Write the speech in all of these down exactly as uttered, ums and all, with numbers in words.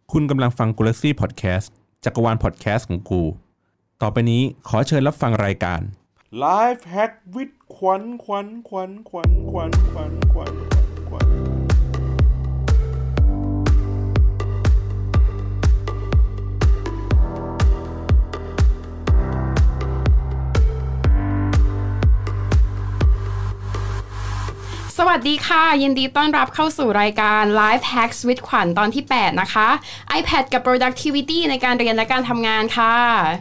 คุณกำลังฟัง Galaxy Podcast จักรวาลพอดแคสต์ของกูต่อไปนี้ขอเชิญรับฟังรายการ Life Hack with ขวัญขวัญขวัญขวัญขวัญขวัญขวัญขวัญสวัสดีค่ะยินดีต้อนรับเข้าสู่รายการ Life Hacks with ขวัญตอนที่แปดนะคะ iPad กับ Productivity ในการเรียนและการทำงานค่ะ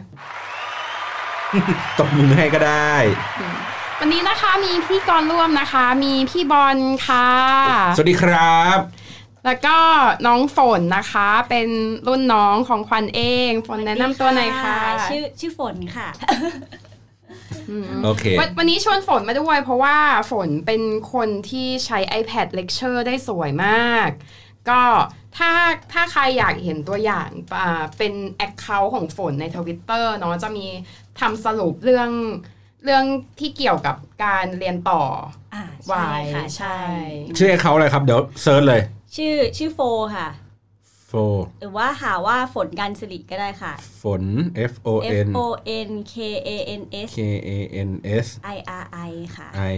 ตบมือให้ก็ได้วันนี้นะคะมีพี่กรร่วมนะคะมีพี่บอลค่ะสวัสดีครับแล้วก็น้องฝนนะคะเป็นรุ่นน้องของขวัญเองฝนแนะนำตัวหน่อยค่ะชื่อชื่อฝนค่ะโอเควันนี้ชวนฝนมาด้วยเพราะว่าฝนเป็นคนที่ใช้ iPad Lecture ได้สวยมากก็ถ้าถ้าใครอยากเห็นตัวอย่างเป็น account ของฝนใน Twitter เนาะจะมีทำสรุปเรื่องเรื่องที่เกี่ยวกับการเรียนต่ออ่าใช่ค่ะใช่ชื่อ account อะไรครับเดี๋ยวเซิร์ชเลยชื่อชื่อโฟค่ะโฟหรือว่าหาว่าฝนการสิริก็ได้ค่ะฝน F O N F O N K A N S K A N S I R I ค่ะ I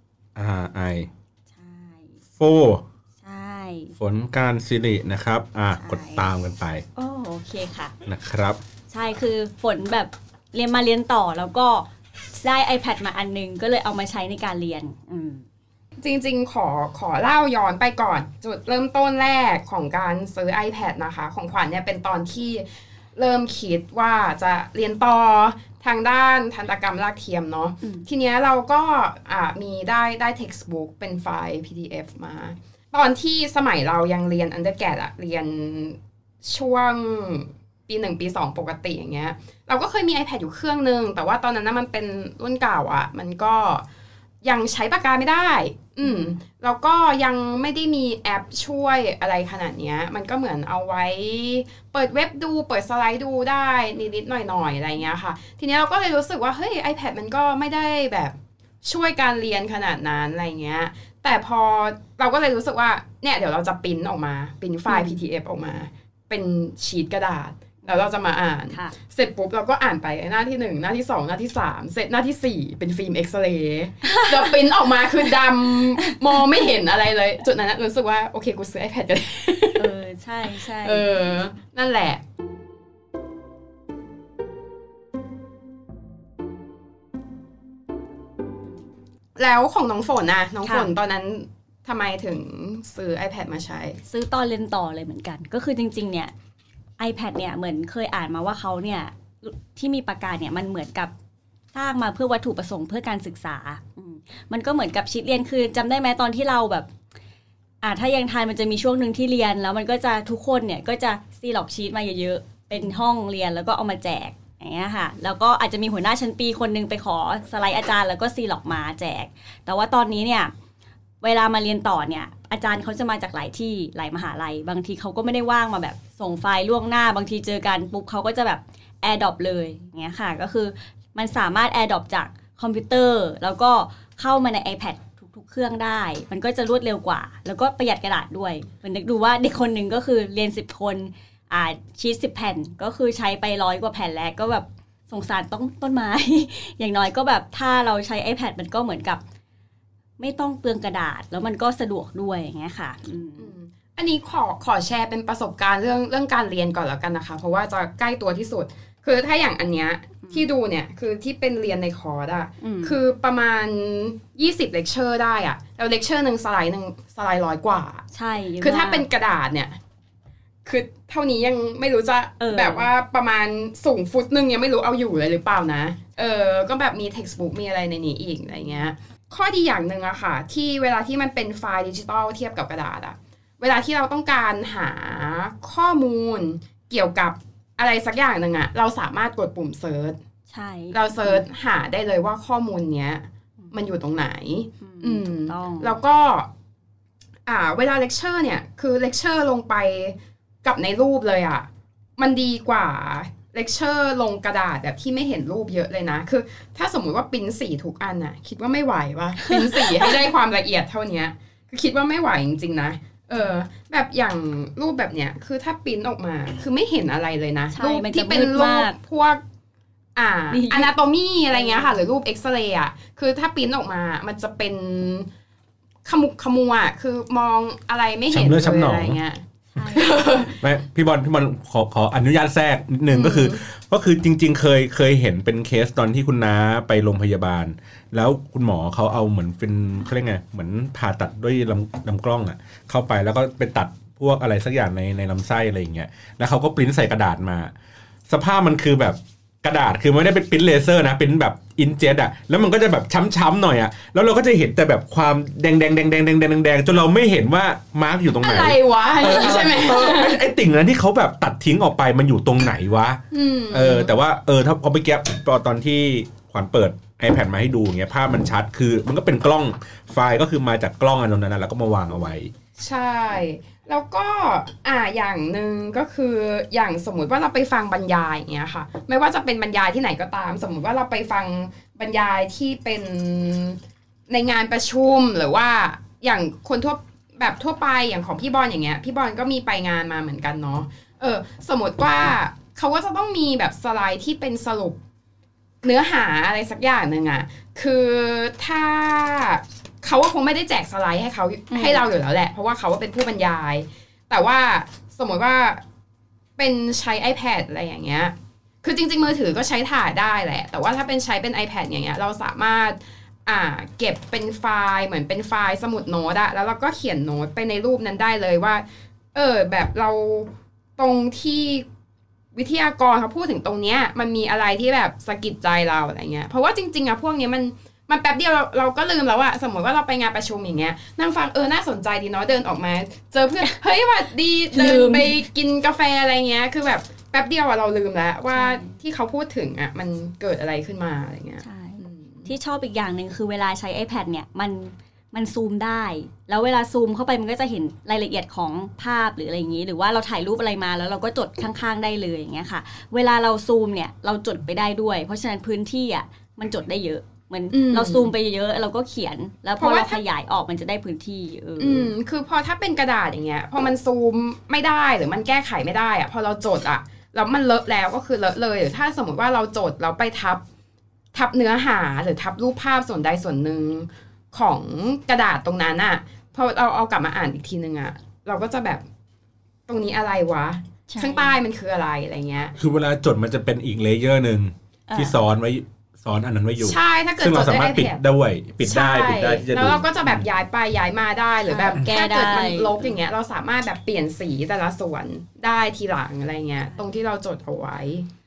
R I ใช่โฟใช่ฝนการสิรินะครับอ่ะกดตามกันไปโอ้โอเคค่ะนะครับใช่คือฝนแบบเรียนมาเรียนต่อแล้วก็ได้ iPad มาอันนึงก็เลยเอามาใช้ในการเรียนอืมจริงๆขอขอเล่าย้อนไปก่อนจุดเริ่มต้นแรกของการซื้อ iPad นะคะของขวัญเนี่ยเป็นตอนที่เริ่มคิดว่าจะเรียนต่อทางด้านทันตกรรมรากเทียมเนาะทีเนี้ยเราก็อ่ามีได้ได้ textbook เป็นไฟล์ พี ดี เอฟ มาตอนที่สมัยเรายังเรียน undergrad อะเรียนช่วงปีหนึ่งปีสองปกติอย่างเงี้ยเราก็เคยมี iPad อยู่เครื่องนึงแต่ว่าตอนนั้นนะมันเป็นรุ่นเก่าอะมันก็ยังใช้ปากกาไม่ได้อืมแล้วก็ยังไม่ได้มีแอปช่วยอะไรขนาดเนี้ยมันก็เหมือนเอาไว้เปิดเว็บดูเปิดสไลด์ดูได้นิดๆหน่อยๆอะไรเงี้ยค่ะทีนี้เราก็เลยรู้สึกว่าเฮ้ย iPad มันก็ไม่ได้แบบช่วยการเรียนขนาดนั้นอะไรเงี้ยแต่พอเราก็เลยรู้สึกว่าเนี่ยเดี๋ยวเราจะปริ้นออกมาปริ้นไฟล์ พี ดี เอฟ ออกมาเป็นชีทกระดาษแล้วเราจะมาอ่านเสร็จปุ๊บเราก็อ่านไปหน้าที่หนึ่งหน้าที่สองหน้าที่สามเสร็จหน้าที่สี่เป็นฟิล์มเอ็กซเรย์แล้วปริ้นออกมาคือดำมองไม่เห็นอะไรเลยจุดนั้นรู้สึกว่าโอเคกูซื้อ iPad กันเออใช่ใช่เออนั่นแหละแล้วของน้องฝนนะน้องฝนตอนนั้นทำไมถึงซื้อ iPad มาใช้ซื้อตอนเรียนต่อเลยเหมือนกันก็คือจริงๆเนี่ยiPad เนี่ยเหมือนเคยอ่านมาว่าเขาเนี่ยที่มีปากกาเนี่ยมันเหมือนกับสร้างมาเพื่อวัตถุประสงค์เพื่อการศึกษามันก็เหมือนกับชีทเรียนคือจำได้ไหมตอนที่เราแบบอ่าถ้ายังทันมันจะมีช่วงนึงที่เรียนแล้วมันก็จะทุกคนเนี่ยก็จะซีล็อกชีทมาเยอะๆเป็นห้องเรียนแล้วก็เอามาแจกอย่างเงี้ยค่ะแล้วก็อาจจะมีหัวหน้าชั้นปีคนนึงไปขอสไลด์อาจารย์แล้วก็ซีล็อกมาแจกแต่ว่าตอนนี้เนี่ยเวลามาเรียนต่อเนี่ยอาจารย์เขาจะมาจากหลายที่หลายมหาลัยบางทีเขาก็ไม่ได้ว่างมาแบบส่งไฟล์ล่วงหน้าบางทีเจอกันปุ๊บเขาก็จะแบบ AirDrop เลยอย่างเงี้ยค่ะก็คือมันสามารถ AirDrop จากคอมพิวเตอร์แล้วก็เข้ามาใน iPad ทุกๆเครื่องได้มันก็จะรวดเร็วกว่าแล้วก็ประหยัดกระดาษด้วยเหมือนนึกดูว่าเด็กคนนึงก็คือเรียนสิบคนอ่าชีทสิบแผ่นก็คือใช้ไปร้อยกว่าแผ่นแล้วก็แบบสงสารต้องต้นไม้ อย่างน้อยก็แบบถ้าเราใช้ iPad มันก็เหมือนกับไม่ต้องเปลืองกระดาษแล้วมันก็สะดวกด้วยอย่างเงี้ยค่ะอันนี้ขอขอแชร์เป็นประสบการณ์เรื่องเรื่องการเรียนก่อนแล้วกันนะคะเพราะว่าจะใกล้ตัวที่สุดคือถ้าอย่างอันเนี้ยที่ดูเนี่ยคือที่เป็นเรียนในคอร์สอะคือประมาณยี่สิบเลคเชอร์ได้อะแล้วเลคเชอร์นึงสไลด์นึงสไลด์ร้อยกว่าใช่คือถ้าเป็นกระดาษเนี่ยคือเท่านี้ยังไม่รู้จะแบบว่าประมาณสูงฟุตนึงยังไม่รู้เอาอยู่เลยหรือเปล่านะเออก็แบบมี textbook มีอะไรในนี้อีกอะไรเงี้ยข้อดีอย่างหนึ่งอะค่ะที่เวลาที่มันเป็นไฟล์ดิจิตอลเทียบกับกระดาษอะเวลาที่เราต้องการหาข้อมูลเกี่ยวกับอะไรสักอย่างหนึ่งอะเราสามารถกดปุ่มเซิร์ชใช่เราเซิร์ชหาได้เลยว่าข้อมูลเนี้ยมันอยู่ตรงไหนอืมแล้วก็อ่าเวลาเลคเชอร์เนี่ยคือเลคเชอร์ลงไปกับในรูปเลยอะมันดีกว่าเลคเชอร์ลงกระดาษแบบที่ไม่เห็นรูปเยอะเลยนะคือถ้าสมมุติว่าปริ้นสีทุกอันน่ะคิดว่าไม่ไหววะปริ้นสีให้ได้ความละเอียดเท่านี้คือคิดว่าไม่ไหวจริงๆนะเเออแบบอย่างรูปแบบเนี้ยคือถ้าปริ้นออกมาคือไม่เห็นอะไรเลยนะรูปที่เป็นรูปพวกอ่าอนาโตมีอะไรเงี้ยค่ะหรือรูปเอ็กซเรย์อ่ะคือถ้าปริ้นออกมามันจะเป็นขมุกขมัวคือมองอะไรไม่เห็นเลยอะไรเงี้ยไม่พี่บอลพี่บอลขอขออนุญาตแทรกนิดนึงก็คือก็คือจริงๆเคยเคยเห็นเป็นเคสตอนที่คุณน้าไปโรงพยาบาลแล้วคุณหมอเขาเอาเหมือนเป็นเขาเรียกไงเหมือนผ่าตัดด้วยลำลำกล้องอ่ะเข้าไปแล้วก็ไปตัดพวกอะไรสักอย่างในในลำไส้อะไรอย่างเงี้ยแล้วเขาก็ปริ้นใส่กระดาษมาสภาพมันคือแบบกระดาษคือไม่ได้เป็นปริ้นเลเซอร์นะปริ้นแบบอินเจ็ตอ่ะแล้วมันก็จะแบบช้ำๆหน่อยอ่ะแล้วเราก็จะเห็นแต่แบบความแดงแดงแดงแดงแดงแดงแดงจนเราไม่เห็นว่ามาร์กอยู่ตรงไหนอะไรวะใช่ไหมไอ้ติ่งนั้นที่เขาแบบตัดทิ้งออกไปมันอยู่ตรงไหนวะเออแต่ว่าเออถ้าพอไปแก้ตอนที่ขวัญเปิด iPad มาให้ดูอย่างเงี้ยภาพมันชัดคือมันก็เป็นกล้องไฟล์ก็คือมาจากกล้องอันนั้นแล้วก็มาวางเอาไว้ใช่แล้วก็อ่าอย่างหนึ่งก็คืออย่างสมมุติว่าเราไปฟังบรรยายอย่างเงี้ยค่ะไม่ว่าจะเป็นบรรยายที่ไหนก็ตามสมมุติว่าเราไปฟังบรรยายที่เป็นในงานประชุมหรือว่าอย่างคนทั่วแบบทั่วไปอย่างของพี่บอลอย่างเงี้ยพี่บอลก็มีไปงานมาเหมือนกันเนาะเออสมมติว่าเขาก็จะต้องมีแบบสไลด์ที่เป็นสรุปเนื้อหาอะไรสักอย่างนึงอ่ะคือถ้าเขาก็คงไม่ได้แจกสไลด์ให้เขาให้เราอยู่แล้วแหละเพราะว่าเขาเป็นผู้บรรยายแต่ว่าสมมติว่าเป็นใช้ iPad อะไรอย่างเงี้ยคือจริงๆมือถือก็ใช้ถ่ายได้แหละแต่ว่าถ้าเป็นใช้เป็น iPad อย่างเงี้ยเราสามารถอ่าเก็บเป็นไฟล์เหมือนเป็นไฟล์สมุดโน้ตอะแล้วเราก็เขียนโน้ตไปในรูปนั้นได้เลยว่าเออแบบเราตรงที่วิทยากรเขาพูดถึงตรงเนี้ยมันมีอะไรที่แบบสะกิดใจเราอะไรเงี้ยเพราะว่าจริงๆอะพวกนี้มันมันแป๊บเดียวเราเราก็ลืมแล้วอะสมมติว่าเราไปงานประชุมอย่างเงี้ยนั่งฟังเออน่าสนใจดีเนาะเดินออกมาเจอเพื่อนเฮ้ยว่าดีเดินไปกินกาแฟอะไรเงี้ยคือแบบแป๊บเดียวอะเราลืมแล้วว่าที่เขาพูดถึงอะมันเกิดอะไรขึ้นมาอะไรเงี้ยที่ชอบอีกอย่างหนึ่งคือเวลาใช้ iPad เนี่ยมันมันซูมได้แล้วเวลาซูมเข้าไปมันก็จะเห็นรายละเอียดของภาพหรืออะไรอย่างนี้หรือว่าเราถ่ายรูปอะไรมาแล้วเราก็จดข้างๆได้เลยอย่างเงี้ยค่ะเวลาเราซูมเนี่ยเราจดไปได้ด้วยเพราะฉะนั้นพื้นที่อ่ะมันจดได้เยอะเหมือนเราซูมไปเยอะเราก็เขียนแล้วพอเราขยายออกมันจะได้พื้นที่เอออืมคือพอถ้าเป็นกระดาษอย่างเงี้ยพอมันซูมไม่ได้หรือมันแก้ไขไม่ได้อ่ะพอเราจดอ่ะแล้วมันเลอะแล้วก็คือเลอะเลยหรือถ้าสมมติว่าเราจดเราไปทับทับเนื้อหาหรือทับรูปภาพส่วนใดส่วนหนึ่งของกระดาษตรงนั้นอ่ะพอเราเอากลับมาอ่านอีกทีนึงอ่ะเราก็จะแบบตรงนี้อะไรวะข้างใต้มันคืออะไรอะไรเงี้ยคือเวลาจดมันจะเป็นอีกเลเยอร์นึงที่ซ้อนไว้ซ้อนอันนั้นไว้อยู่ใช่ถ้าเกิดซึ่งเราสามารถปิดได้ปิดได้ปิดได้ที่จะดูแล้วเราก็จะแบบย้ายไปย้ายมาได้หรือแบบแก้ได้ถ้าเกิดมันลบอย่างเงี้ยเราสามารถแบบเปลี่ยนสีแต่ละส่วนได้ทีหลังอะไรเงี้ยตรงที่เราจดเอาไว้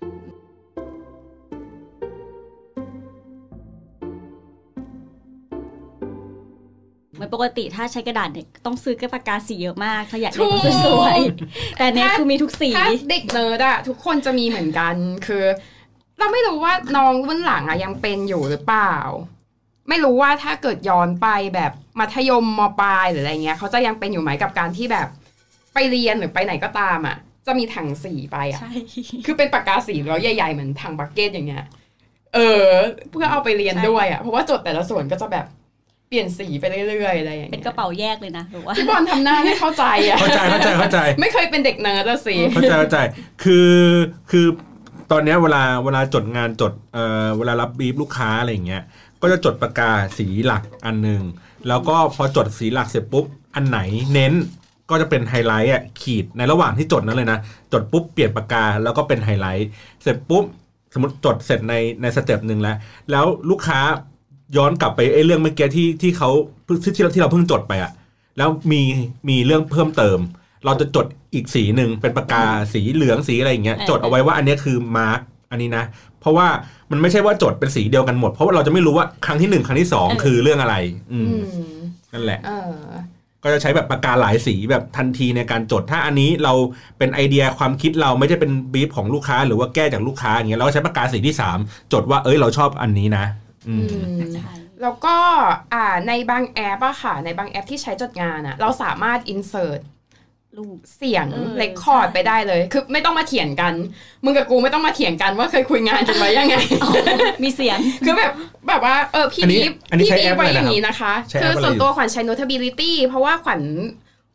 เหมือนปกติถ้าใช้กระดาษเนี่ยต้องซื้อกระปากกาสีเยอะมากถ้าอยากได้สวยๆแต่เนี้ยคือมีทุกสีถ้าเด็กเนิร์ดอะทุกคนจะมีเหมือนกันคือเราไม่รู้ว่าน้องรุ่นหลังอะยังเป็นอยู่หรือเปล่าไม่รู้ว่าถ้าเกิดย้อนไปแบบมัธยมม.ปลายหรืออะไรเงี้ยเขาจะยังเป็นอยู่ไหมกับการที่แบบไปเรียนหรือไปไหนก็ตามอะจะมีถังสีไปอะคือเป็นปากกาสีแล้วใหญ่ๆเหมือนถังบักเก็ตอย่างเงี้ยเออเพื่อเอาไปเรียนด้วยอะเพราะว่าจดแต่ละส่วนก็จะแบบเปลี่ยนสีไปเรื่อยๆอะไรอย่างเงี้ยเป็นกระเป๋าแยกเลยนะหรือว่าพี่บอลทำหน้าไม่เข้าใจอ่ะเข้าใจเข้าใจเข้าใจไม่เคยเป็นเด็กเนิร์ดละสิเข้าใจเข้าใจคือคือตอนนี้เวลาเวลาจดงานจดเอ่อเวลารับบรีฟลูกค้าอะไรอย่างเงี้ยก็จะจดปากกาสีหลักอันนึงแล้วก็พอจดสีหลักเสร็จปุ๊บอันไหนเน้นก็จะเป็นไฮไลท์อ่ะขีดในระหว่างที่จดนั้นเลยนะจดปุ๊บเปลี่ยนปากกาแล้วก็เป็นไฮไลท์เสร็จปุ๊บสมมติจดเสร็จในในสเต็ปนึงแล้วแล้วลูกค้าย้อนกลับไปไอ้เรื่องเมื่อกี้ที่ที่เขาที่เราที่เราเพิ่งจดไปอ่ะแล้วมีมีเรื่องเพิ่มเติมเราจะจดอีกสีหนึ่งเป็นปากกาสีเหลืองสีอะไรอย่างเงี้ยจดเอาไว้ว่าอันนี้คือมาร์กอันนี้นะเพราะว่ามันไม่ใช่ว่าจดเป็นสีเดียวกันหมดเพราะว่าเราจะไม่รู้ว่าครั้งที่หนึ่งครั้งที่สองคือเรื่องอะไรอืมนั่นแหละก็จะใช้แบบปากกาหลายสีแบบทันทีในการจดถ้าอันนี้เราเป็นไอเดียความคิดเราไม่ใช่เป็นบีฟของลูกค้าหรือว่าแก้จากลูกค้าอย่างเงี้ยเราก็ใช้ปากกาสีที่สามจดว่าเอ้ยเราชอบอันนี้นะแล้วก็อ่าในบางแอปอะค่ะในบางแอปที่ใช้จดงานอะเราสามารถ insert รูปเสียงเรคคอร์ดไปได้เลยคือไม่ต้องมาเถียงกันมึงกับกูไม่ต้องมาเถียงกันว่าเคยคุยงานกันไว้ยังไงมีเสียงคือแบบแบบว่าเออพี่บีฟพี่บีฟไว้อย่างนี้นะคะคือส่วนตัวขวัญใช้ Notability เพราะว่าขวัญ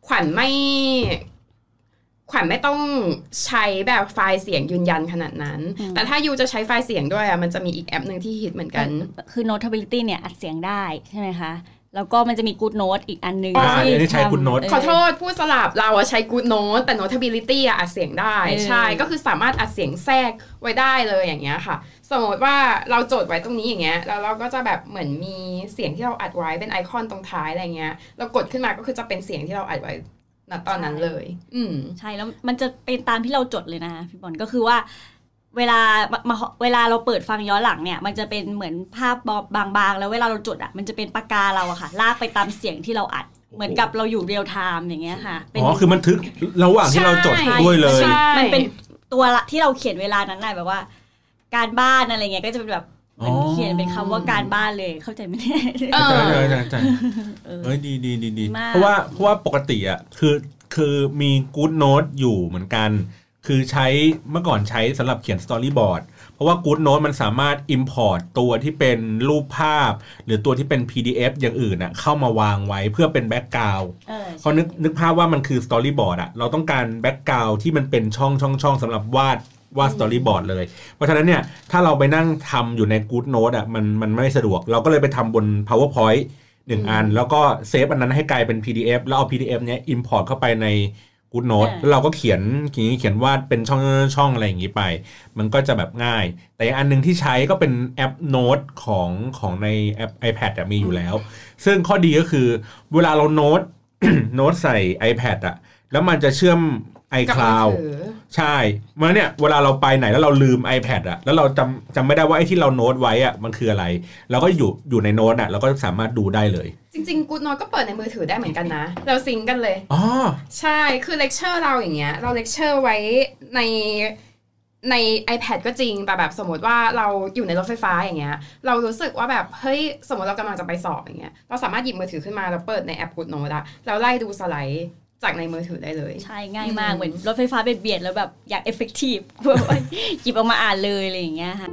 ขวัญไม่ขวัญไม่ต้องใช้แบบไฟล์เสียงยืนยันขนาดนั้นแต่ถ้ายูจะใช้ไฟล์เสียงด้วยอ่ะมันจะมีอีกแอปนึงที่ฮิตเหมือนกันคือ Notability เนี่ยอัดเสียงได้ใช่ไหมคะแล้วก็มันจะมี Good Note อีกอันนึงที่ใช้ Good Note ขอโทษพูดสลับเราอะใช้ Good Note แต่ Notability อะอัดเสียงได้ใช่ก็คือสามารถอัดเสียงแทรกไว้ได้เลยอย่างเงี้ยค่ะสมมติว่าเราจดไว้ตรงนี้อย่างเงี้ยแล้วเราก็จะแบบเหมือนมีเสียงที่เราอัดไว้เป็นไอคอนตรงท้ายอะไรเงี้ยเรากดขึ้นมาก็คือจะเป็นเสียงที่เราอัดไว้ณตอนนั้นเลยอืมใช่แล้วมันจะเป็นตามที่เราจดเลยนะพี่บอลก็คือว่าเวลามาเวลาเราเปิดฟังย้อนหลังเนี่ยมันจะเป็นเหมือนภาพบางๆแล้วเวลาเราจดอ่ะมันจะเป็นปากกาเราอะค่ะลากไปตามเสียงที่เราอัดเหมือนกับเราอยู่เรียลไทม์อย่างเงี้ยค่ะอ๋อคือมันทึกระหว่างที่เราจดด้วยเลยมันเป็นตัวที่เราเขียนเวลานั้นน่ะแบบว่าการบ้านอะไรเงี้ยก็จะเป็นแบบมันเขียนเป็นคำว่าการบ้านเลยเข้าใจไหมเนี่ยใช่ใช่ใช่เฮ้ยดีดีดีดีเพราะว่าเพราะว่าปกติอ่ะคือคือมี Good Note อยู่เหมือนกันคือใช้เมื่อก่อนใช้สำหรับเขียนสตอรี่บอร์ดเพราะว่า Good Note มันสามารถ import ตัวที่เป็นรูปภาพหรือตัวที่เป็น พี ดี เอฟ อย่างอื่นน่ะเข้ามาวางไว้เพื่อเป็นแบ็คกราวด์เขานึกนึกภาพว่ามันคือสตอรี่บอร์ดอ่ะเราต้องการแบ็คกราวด์ที่มันเป็นช่องช่องช่องสำหรับวาดวาดสตอรี่บอร์ดเลยเพราะฉะนั้นเนี่ยถ้าเราไปนั่งทำอยู่ใน Good Note อ่ะมันมันไม่สะดวกเราก็เลยไปทำบน PowerPoint หนึ่งอันแล้วก็เซฟอันนั้นให้กลายเป็น พี ดี เอฟ แล้วเอา พี ดี เอฟ เนี้ย import เข้าไปในGood Note แล้วเราก็เขียนเขียนเขียนวาดเป็นช่องช่องอะไรอย่างนี้ไปมันก็จะแบบง่ายแต่อันนึงที่ใช้ก็เป็นแอป Note ของของในแอป iPad มีอยู่แล้วซึ่งข้อดีก็คือเวลาเราโน้ต โน้ตใส่ iPad อ่ะแล้วมันจะเชื่อม iCloud ใช่เมื่อเนี่ยเวลาเราไปไหนแล้วเราลืม iPad อ่ะแล้วเราจำจำไม่ได้ว่าไอ้ที่เราโน้ตไว้อ่ะมันคืออะไรเราก็อยู่อยู่ในโน้ตอ่ะเราก็สามารถดูได้เลยจริงๆ Good Note ก็เปิดในมือถือได้เหมือนกันนะเราซิงกันเลยอ๋อใช่คือเลคเชอร์เราอย่างเงี้ยเราเลคเชอร์ไว้ในใน iPad ก็จริงแต่แบบสมมติว่าเราอยู่ในรถไฟฟ้าอย่างเงี้ยเรารู้สึกว่าแบบเฮ้ยสมมติเรากำลังจะไปสอบอย่างเงี้ยเราสามารถหยิบมือถือขึ้นมาแล้วเปิดในแอป Good Note อะแล้วไล่ดูสไลด์จากในมือถือได้เลยใช่ง่ายมากเหมือนรถไฟฟ้าเบียดๆแล้วแบบอยากเอฟเฟกตีฟหยิบออกมาอ่านเลยอะไรอย่างเงี้ยค่ะ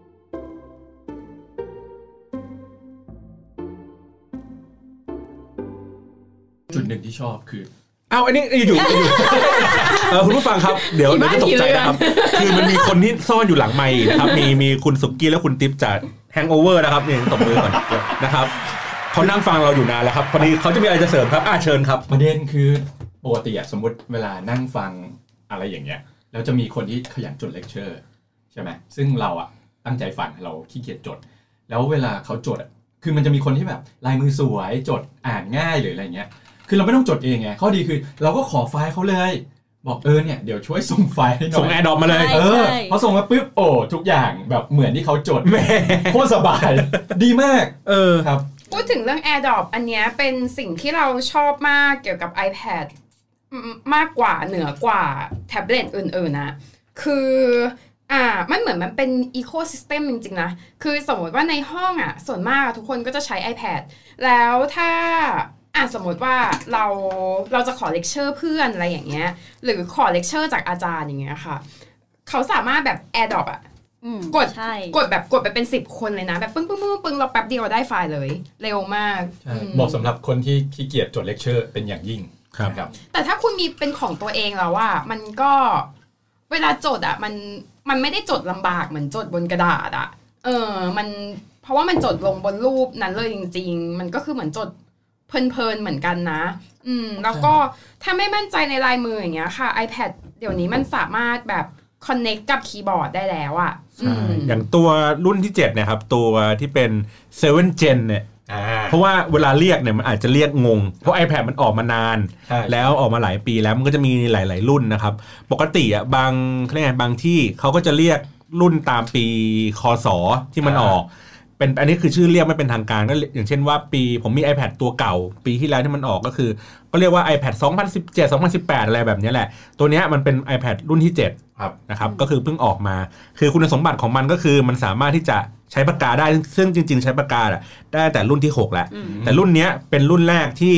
จุดหนึ่งที่ชอบคืออ้าวอันนี้อยู่ๆเออคุณผู้ฟังครับเดี๋ยวเดี๋ยวจะตกใจนะครับคือมันมีคนที่ซ่อนอยู่หลังไมค์นะครับมีมีคุณสุกี้และคุณติ๊บจากแฮงโอเวอร์นะครับนี่ตบมือก่อนนะครับเขานั่งฟังเราอยู่นานแล้วครับพอดีเขาจะมีอะไรจะเสริมครับอ่ะเชิญครับประเด็นคือปกติอะสมมติเวลานั่งฟังอะไรอย่างเงี้ยแล้วจะมีคนที่ขยันจดเลคเชอร์ใช่ไหมซึ่งเราอะตั้งใจฟังเราขี้เกียจจดแล้วเวลาเขาจดอะคือมันจะมีคนที่แบบลายมือสวยจดอ่านง่ายหรืออะไรเงี้ยคือเราไม่ต้องจดเองไงข้อดีคือเราก็ขอไฟล์เขาเลยบอกเออเนี่ยเดี๋ยวช่วยส่งไฟล์ให้หน่อยส่งแอร์ดรอปมาเลยเออพอส่งมาปุ๊บโอ้ทุกอย่างแบบเหมือนที่เขาจดแม่โคตรสบายดีมากเออครับพูดถึงเรื่อง AirDrop อันนี้เป็นสิ่งที่เราชอบมากเกี่ยวกับ iPad มากกว่าเหนือกว่าแท็บเล็ตอื่นๆนะคืออ่ามันเหมือนมันเป็นอีโคซิสเต็มจริงๆนะคือสมมติว่าในห้องอ่ะส่วนมากทุกคนก็จะใช้ iPad แล้วถ้าอ่ะสมมติว่าเราเราจะขอเลคเชอร์เพื่อนอะไรอย่างเงี้ยหรือขอเลคเชอร์จากอาจารย์อย่างเงี้ยค่ะเขาสามารถแบบ AirDrop อ่ะกดกดแบบกดไปเป็นสิบคนเลยนะแบบปึ้งปึ้งปึ้งปึ้งเราแป๊บเดียวได้ไฟล์เลยเร็วมากเหมาะสำหรับคนที่ขี้เกียจจดเลคเชอร์เป็นอย่างยิ่งครับแต่ถ้าคุณมีเป็นของตัวเองแล้วว่ามันก็เวลาจดอ่ะมันมันไม่ได้จดลำบากเหมือนจดบนกระดาษอ่ะเออมันเพราะว่ามันจดลงบนรูปนั้นเลยจริงๆมันก็คือเหมือนจดเพลินๆเหมือนกันนะอืมแล้วก็ถ้าไม่มั่นใจในลายมืออย่างเงี้ยค่ะ iPad เดี๋ยวนี้มันสามารถแบบconnect กับคีย์บอร์ดได้แล้วอ่ะอย่างตัวรุ่นที่เจ็ดเนี่ยครับตัวที่เป็นเซเว่น Gen เนี่ยเพราะว่าเวลาเรียกเนี่ยมันอาจจะเรียกงงเพราะ iPad มันออกมานานแล้วออกมาหลายปีแล้วมันก็จะมีหลายๆรุ่นนะครับปกติอ่ะบางเขาเรียกไงบางที่เขาก็จะเรียกรุ่นตามปีคศที่มันออกเป็นอันนี้คือชื่อเรียกไม่เป็นทางการก็อย่างเช่นว่าปีผมมี iPad ตัวเก่าปีที่แล้วที่มันออกก็คือก็เรียกว่า iPad สองพันสิบเจ็ด สองพันสิบแปดอะไรแบบนี้แหละตัวเนี้ยมันเป็น iPad รุ่นที่เจ็ดนะครับก็คือเพิ่งออกมาคือคุณสมบัติของมันก็คือมันสามารถที่จะใช้ปากกาได้ซึ่งจริงๆใช้ปากกาได้แต่รุ่นที่หกแหละแต่รุ่นเนี้ยเป็นรุ่นแรกที่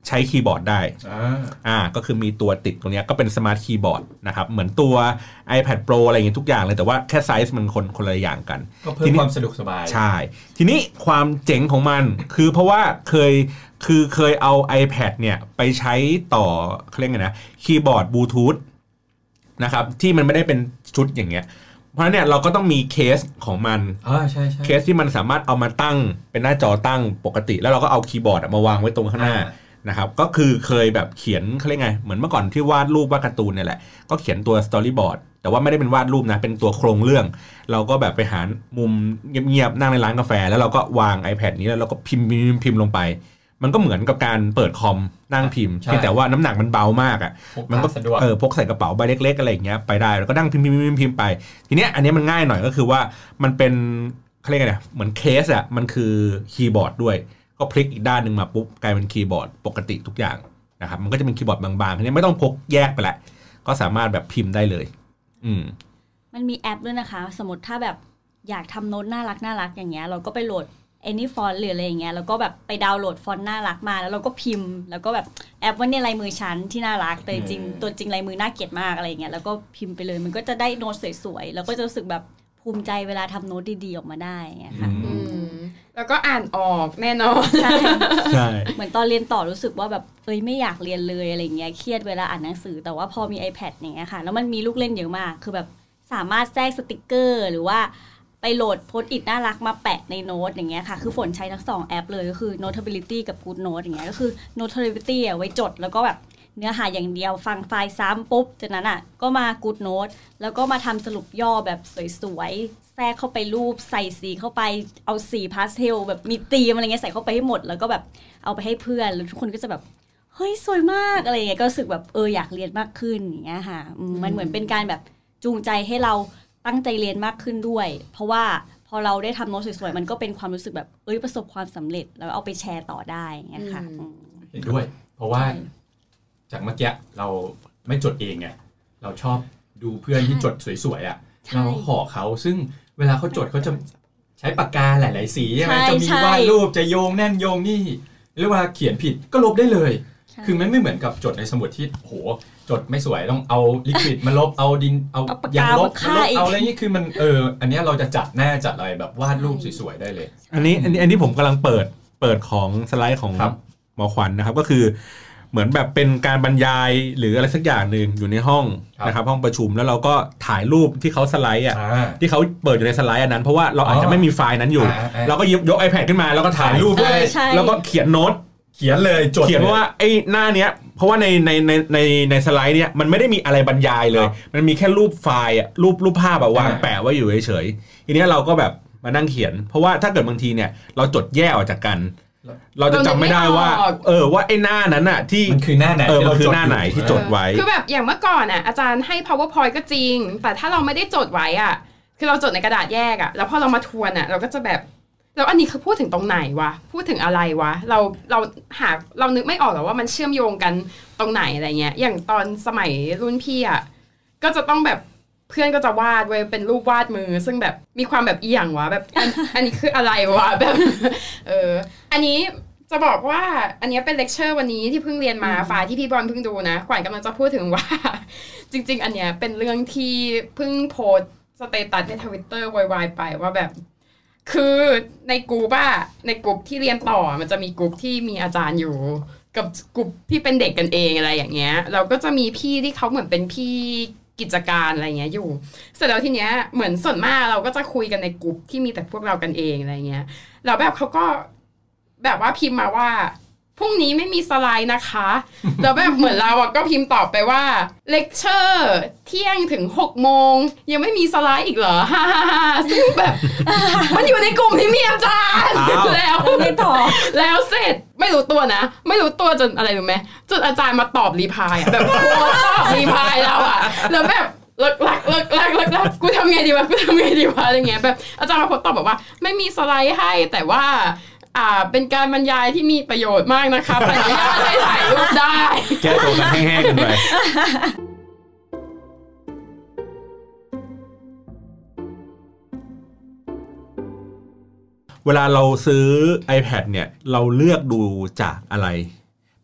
ใช้คีย์บอร์ดได้อ่าก็คือมีตัวติดตรงนี้ก็เป็นสมาร์ทคีย์บอร์ดนะครับเหมือนตัว iPad Pro อะไรอย่างเงี้ยทุกอย่างเลยแต่ว่าแค่ไซส์มันคนคนละอย่างกันก็เพิ่มความสะดวกสบายใช่ทีนี้ความเจ๋งของมันคือเพราะว่าเคยคือเคยเอา iPad เนี่ยไปใช้ต่อเขาเรียกไงนะคีย์บอร์ดบลูทูธนะครับที่มันไม่ได้เป็นชุดอย่างเงี้ยเพราะฉะนั้นเนี่ยเราก็ต้องมีเคสของมันอ่าใช่ๆเคสที่มันสามารถเอามาตั้งเป็นหน้าจอตั้งปกติแล้วเราก็เอาคีย์บอร์ดมาวางไว้ตรงข้างหน้านะครับก็คือเคยแบบเขียนเขาเรียกไงเหมือนเมื่อก่อนที่วาดรูปวาดการ์ตูนเนี่ยแหละก็เขียนตัวสตอรี่บอร์ดแต่ว่าไม่ได้เป็นวาดรูปนะเป็นตัวโครงเรื่องเราก็แบบไปหามุมเงียบๆนั่งในร้านกาแฟแล้วเราก็วาง iPad นี้แล้วเราก็พิมพ์พิมพ์ลงไปมันก็เหมือนกับการเปิดคอมนั่งพิมพ์เพียงแต่ว่าน้ำหนักมันเบามากอ่ะมันก็เออพกใส่กระเป๋าใบเล็กๆอะไรอย่างเงี้ยไปได้แล้วก็นั่งพิมพ์พิมพ์พิมพ์ไปทีเนี้ยอันนี้มันง่ายหน่อยก็คือว่ามันเป็นเขาเรียกไงเหมือนเคสอ่ะมันคือคีย์บอร์ดด้วยก็พลิกอีกด้านนึงมาปุ๊บกลายเป็นคีย์บอร์ดปกติทุกอย่างนะครับมันก็จะเป็นคีย์บอร์ดบางๆทีนี้ไม่ต้องพกแยกไปแหละก็สามารถแบบพิมพ์ได้เลยอืมมันมีแอปด้วยนะคะสมมติถ้าแบบอยากทำโน้ตน่ารักน่ารักอย่างเงี้ยเราก็ไปโหลดany font หรืออะไรอย่างเงี้ยแล้วก็แบบไปดาวน์โหลดฟอนต์น่ารักมาแล้วเราก็พิมพ์แล้วก็แบบแอปว่าเนี่ยลายมือฉันที่น่ารักแต่จริงตัวจริงลายมือน่าเกลียดมากอะไรอย่างเงี้ยแล้วก็พิมพ์ไปเลยมันก็จะได้โน้ตสวยๆแล้วก็จะรู้สึกแบบภูมิใจเวลาทำโน้ตดีๆออกมาได้อย่างเงี้ยค่ะแล้วก็อ่านออกแน่นอนใช่ใช่เหมือนตอนเรียนต่อรู้สึกว่าแบบเอ้ยไม่อยากเรียนเลยอะไรเงี้ยเครียดเวลาอ่านหนังสือแต่ว่าพอมี iPad อย่างเงี้ยค่ะแล้วมันมีลูกเล่นเยอะมากคือแบบสามารถแทรกสติกเกอร์หรือว่าไปโหลดโพสต์อิทน่ารักมาแปะในโน้ตอย่างเงี้ยค่ะคือฝนใช้ทั้งสองแอปเลยก็คือ Notability กับ Good Note อย่างเงี้ยก็คือ Notability อ่ะไว้จดแล้วก็แบบเนื้อหาอย่างเดียวฟังไฟล์ซ้ำปุ๊บจากนั้นอ่ะก็มา Good Note แล้วก็มาทำสรุปย่อแบบสวยๆแทรกเข้าไปรูปใส่สีเข้าไปเอาสีพาสเทลแบบมีธีมอะไรเงี้ยใส่เข้าไปให้หมดแล้วก็แบบเอาไปให้เพื่อนแล้วทุกคนก็จะแบบเฮ้ยสวยมากอะไรเงี้ยก็รู้สึกแบบเอออยากเรียนมากขึ้นอย่างเงี้ยค่ะมันเหมือนเป็นการแบบจูงใจให้เราตั้งใจเรียนมากขึ้นด้วยเพราะว่าพอเราได้ทำโน้ตสวยๆมันก็เป็นความรู้สึกแบบเอ้ยประสบความสำเร็จแล้วเอาไปแชร์ต่อได้อย่างเงี้ยค่ะเห็นด้วยเพราะว่าจากเมื่อกี้เราไม่จดเองไงเราชอบดูเพื่อนที่จดสวยๆอ่ะเราขอเขาซึ่งเวลาเขาจดเขาจะใช้ปากกาหลายๆสีใช่ไหมจะมีวาดรูปจะโยงแน่นโยงนี่หรือว่าเขียนผิดก็ลบได้เลยคือมันไม่เหมือนกับจดในสมุดที่โหจดไม่สวยต้องเอาลิควิดมาลบเอาดินเอายางลบมาลบเอาอะไรนี่คือมันเอออันนี้เราจะจัดแน่จัดอะไรแบบวาดรูปสวยๆได้เลยอันนี้อันนี้อันนี้ผมกำลังเปิดเปิดของสไลด์ของหมอขวัญ นะครับก็คือเหมือนแบบเป็นการบรรยายหรืออะไรสักอย่างนึงอยู่ในห้องนะครับห้องประชุมแล้วเราก็ถ่ายรูปที่เขาสไลด์อ่ะที่เขาเปิดอยู่ในสไลด์อันนั้นเพราะว่าเราอาจจะไม่มีไฟล์นั้นอยู่เราก็ยกยก iPad ขึ้นมาแล้วก็ถ่ายรูปด้วยแล้วก็เขียนโน้ตเขียนเลยจดเขียนว่าไอ้หน้าเนี้ยเพราะว่าในในในในในสไลด์เนี้ยมันไม่ได้มีอะไรบรรยายเลยมันมีแค่รูปไฟล์อ่ะรูปรูปภาพแบบวางแปะไว้อยู่เฉยๆทีนี้เราก็แบบมานั่งเขียนเพราะว่าถ้าเกิดบางทีเนี่ยเราจดแยกออกจากกันเราจะจำไม่ได้ว่าเออว่าไอ้หน้านั้นน่ะที่มันคือหน้าไหนเออมันคือหน้าไหนที่จดไว้คือแบบอย่างเมื่อก่อนอ่ะอาจารย์ให้ PowerPoint ก็จริงแต่ถ้าเราไม่ได้จดไว้อ่ะคือเราจดในกระดาษแยกอ่ะแล้วพอเรามาทวนอ่ะเราก็จะแบบแล้วอันนี้คือพูดถึงตรงไหนวะพูดถึงอะไรวะเราเราหาเรานึกไม่ออกหรอกว่ามันเชื่อมโยงกันตรงไหนอะไรเงี้ยอย่างตอนสมัยรุ่นพี่อ่ะก็จะต้องแบบเพื่อนก็จะวาดไว้เป็นรูปวาดมือซึ่งแบบมีความแบบเอียงวะแบบ อัน, อันนี้คืออะไรวะแบบเอออันนี้จะบอกว่าอันนี้เป็นเลคเชอร์วันนี้ที่เพิ่งเรียนมาฝ่ายที่พี่บอลเพิ่งดูนะขวัญกำลังจะพูดถึงว่าจริงๆอันเนี้ยเป็นเรื่องที่เพิ่งโพสสเตตัสใน Twitter วายๆไปว่าแบบคือในกลุ่มอะในกลุ่มที่เรียนต่อมันจะมีกลุ่มที่มีอาจารย์อยู่กับกลุ่มที่เป็นเด็กกันเองอะไรอย่างเงี้ยเราก็จะมีพี่ที่เขาเหมือนเป็นพี่กิจการอะไรเงี้ยอยู่เสร็จแล้วทีเนี้ยเหมือนส่วนมากเราก็จะคุยกันในกลุ่มที่มีแต่พวกเรากันเองอะไรเงี้ยแล้วแบบเขาก็แบบว่าพิมพ์มาว่าพรุ่งนี้ไม่มีสไลด์นะคะแล้วแบบเหมือนเราก็พิมพ์ตอบไปว่าเลคเชอร์เที่ยงถึงหกโมงยังไม่มีสไลด์อีกเหรอฮ่าๆๆซึ่งแบบมันอยู่ในกลุ่มที่มีอาจารย์แล้วไม่ตอบแล้วเสร็จไม่รู้ตัวนะไม่รู้ตัวจนอะไรรู้ไหมจนอาจารย์มาตอบรีพลายแบบโพสต์ตอบรีพลายเราอะแล้วแบบเลิกลักเลิกลักเลิกลักกูทำไงดีวะกูทำไงดีวะอะไรเงี้ยแบบอาจารย์มาโพสต์ตอบบอกว่าไม่มีสไลด์ให้แต่ว่าอ่าเป็นการบรรยายที่มีประโยชน์มากนะคะอนุญาตให้ถ่ายรูปได้แก้ตัวกันแห้งๆกันไปเวลาเราซื้อ iPad เนี่ยเราเลือกดูจากอะไรเพ